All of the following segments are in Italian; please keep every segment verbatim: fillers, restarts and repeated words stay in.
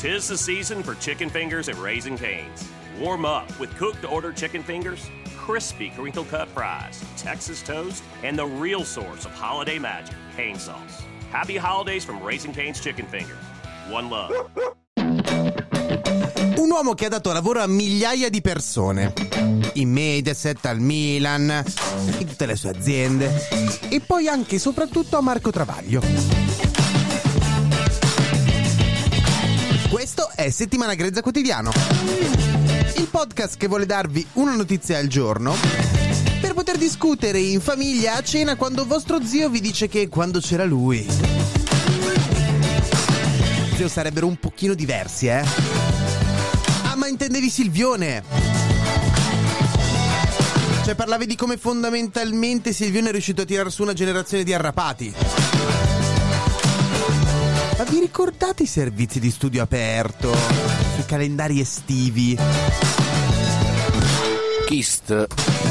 'Tis the season for chicken fingers at Raising Cane's. Warm up with cooked-to-order chicken fingers, crispy crinkle-cut fries, Texas toast, and the real source of holiday magic, cane sauce. Happy holidays from Raising Cane's Chicken Fingers. One love. Un uomo che ha dato lavoro a migliaia di persone, in Mediaset, al Milan, in tutte le sue aziende, e poi anche e soprattutto a Marco Travaglio. Questo è Settimana Grezza Quotidiano, il podcast che vuole darvi una notizia al giorno per poter discutere in famiglia a cena quando vostro zio vi dice che quando c'era lui. Zio, sarebbero un pochino diversi, eh? Ah, ma intendevi Silvione? Cioè parlavi di come fondamentalmente Silvione è riuscito a tirar su una generazione di arrapati. Ma vi ricordate i servizi di studio aperto, i calendari estivi? Kist.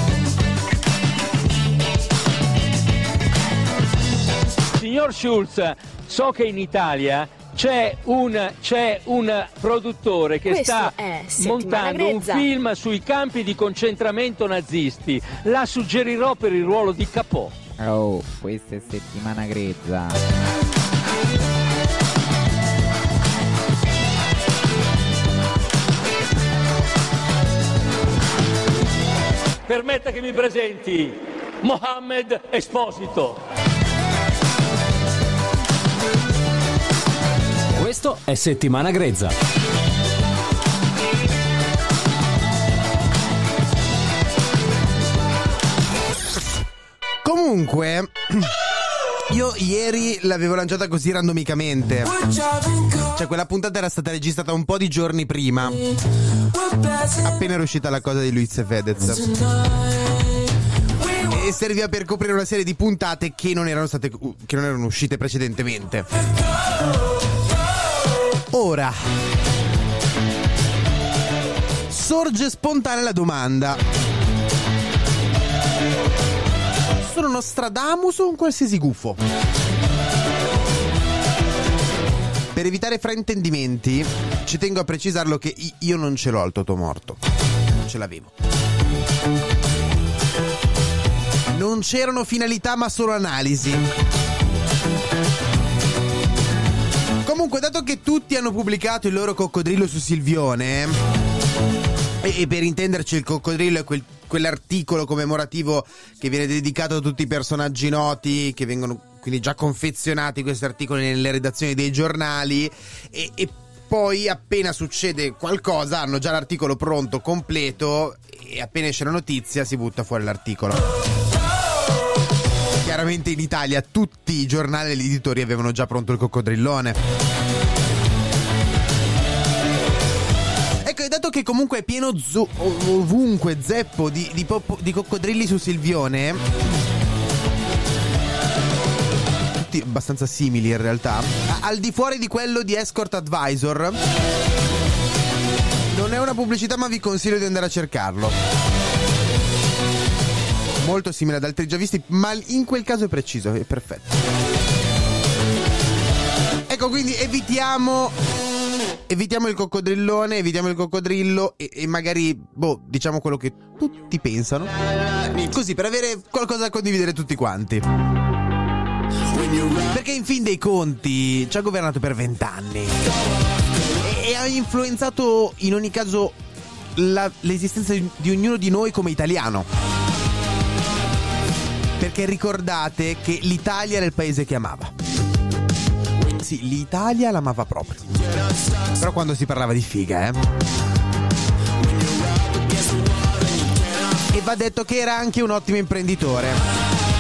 Signor Schulz, so che in Italia c'è un, c'è un produttore che Questo sta è Settimana montando un Grezza. film sui campi di concentramento nazisti. La suggerirò per il ruolo di Capò. Oh, questa è Settimana Grezza. Permetta che mi presenti Mohammed Esposito. Questo è Settimana Grezza. Comunque, io ieri l'avevo lanciata così randomicamente. Cioè, quella puntata era stata registrata un po' di giorni prima, appena era uscita la cosa di Luiz e Fedez, e serviva per coprire una serie di puntate che non erano state che non erano uscite precedentemente. Ora sorge spontanea la domanda: sono Nostradamus o un qualsiasi gufo? Per evitare fraintendimenti, ci tengo a precisarlo che io non ce l'ho al totomorto. Non ce l'avevo. Non c'erano finalità, ma solo analisi. Comunque, dato che tutti hanno pubblicato il loro coccodrillo su Silvione, e, e per intenderci il coccodrillo è quel, quell'articolo commemorativo che viene dedicato a tutti i personaggi noti, che vengono quindi già confezionati questi articoli nelle redazioni dei giornali, e, e poi appena succede qualcosa hanno già l'articolo pronto, completo, e appena esce la notizia si butta fuori l'articolo. Chiaramente in Italia tutti i giornali e gli editori avevano già pronto il coccodrillone. Ecco, e dato che comunque è pieno zo- ovunque zeppo di, di, pop- di coccodrilli su Silvione, abbastanza simili in realtà, al di fuori di quello di Escort Advisor, non è una pubblicità ma vi consiglio di andare a cercarlo, molto simile ad altri già visti, ma in quel caso è preciso, è perfetto. Ecco, quindi evitiamo evitiamo il coccodrillone, evitiamo il coccodrillo e, e magari, boh, diciamo quello che tutti pensano, così per avere qualcosa da condividere tutti quanti. Perché in fin dei conti ci ha governato per vent'anni e, e ha influenzato in ogni caso la, l'esistenza di, di ognuno di noi come italiano. Perché ricordate che l'Italia era il paese che amava. Sì, l'Italia l'amava proprio. Però quando si parlava di figa, eh. E va detto che era anche un ottimo imprenditore.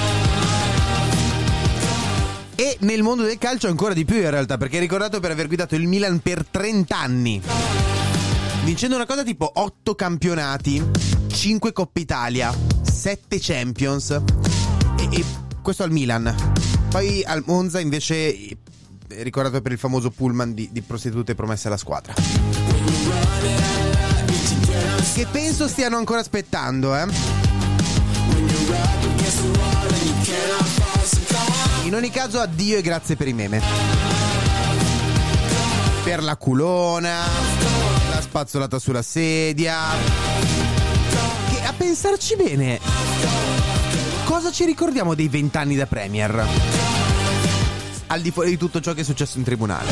E nel mondo del calcio ancora di più in realtà, perché è ricordato per aver guidato il Milan per trenta anni, vincendo una cosa tipo otto campionati, cinque Coppa Italia, sette Champions, e, e questo al Milan. Poi al Monza invece è ricordato per il famoso pullman di, di prostitute promesse alla squadra, che penso stiano ancora aspettando, eh. In ogni caso, addio e grazie per i meme. per la culona, la spazzolata sulla sedia. Che a pensarci bene, cosa ci ricordiamo dei vent'anni da Premier? Al di fuori di tutto ciò che è successo in tribunale.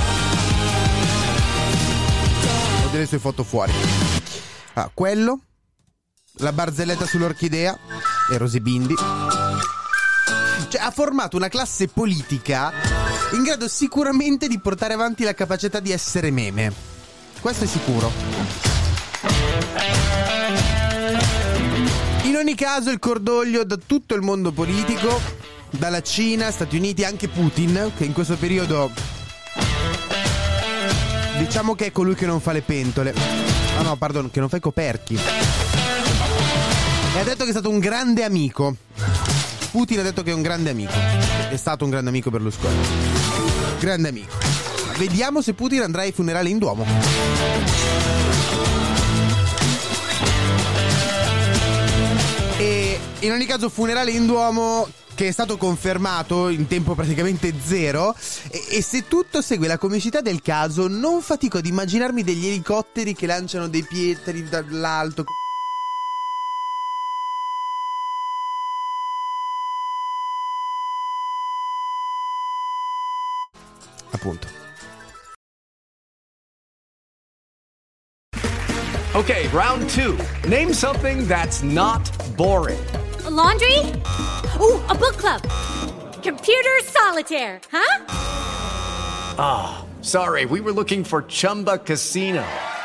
Ho delle sue foto fuori. Ah, quello, la barzelletta sull'orchidea e Rosy Bindi. Cioè, ha formato una classe politica in grado sicuramente di portare avanti la capacità di essere meme. Questo è sicuro. In ogni caso, il cordoglio da tutto il mondo politico, dalla Cina, Stati Uniti, anche Putin, che in questo periodo diciamo che è colui che non fa le pentole. Ah no, pardon, che non fa i coperchi. E ha detto che è stato un grande amico. Putin ha detto che è un grande amico. È stato un grande amico Berlusconi. Grande amico. Vediamo se Putin andrà ai funerali in Duomo. E in ogni caso funerale in Duomo che è stato confermato in tempo praticamente zero. E, e se tutto segue la comicità del caso, non fatico ad immaginarmi degli elicotteri che lanciano dei pietre dall'alto. Appunto. Okay, round two. Name something that's not boring. A laundry? Ooh, a book club. Computer solitaire, huh? Ah, oh, sorry, we were looking for Chumba Casino.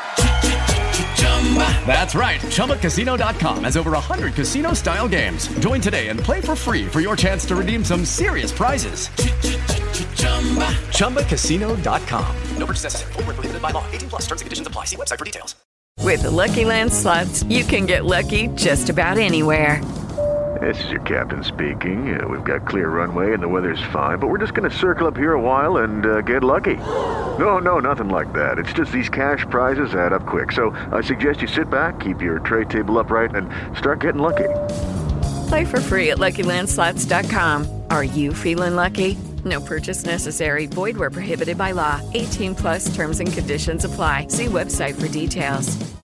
That's right, Chumba Casino dot com has over one hundred casino-style games. Join today and play for free for your chance to redeem some serious prizes. Chumba Casino dot com. No purchase necessary. Void where prohibited by law. eighteen plus terms and conditions apply. See website for details. With the Lucky Land Slots, you can get lucky just about anywhere. This is your captain speaking. Uh, we've got clear runway and the weather's fine, but we're just going to circle up here a while and uh, get lucky. No, no, nothing like that. It's just these cash prizes add up quick. So I suggest you sit back, keep your tray table upright, and start getting lucky. Play for free at Lucky Land Slots dot com. Are you feeling lucky? No purchase necessary. Void where prohibited by law. eighteen plus terms and conditions apply. See website for details.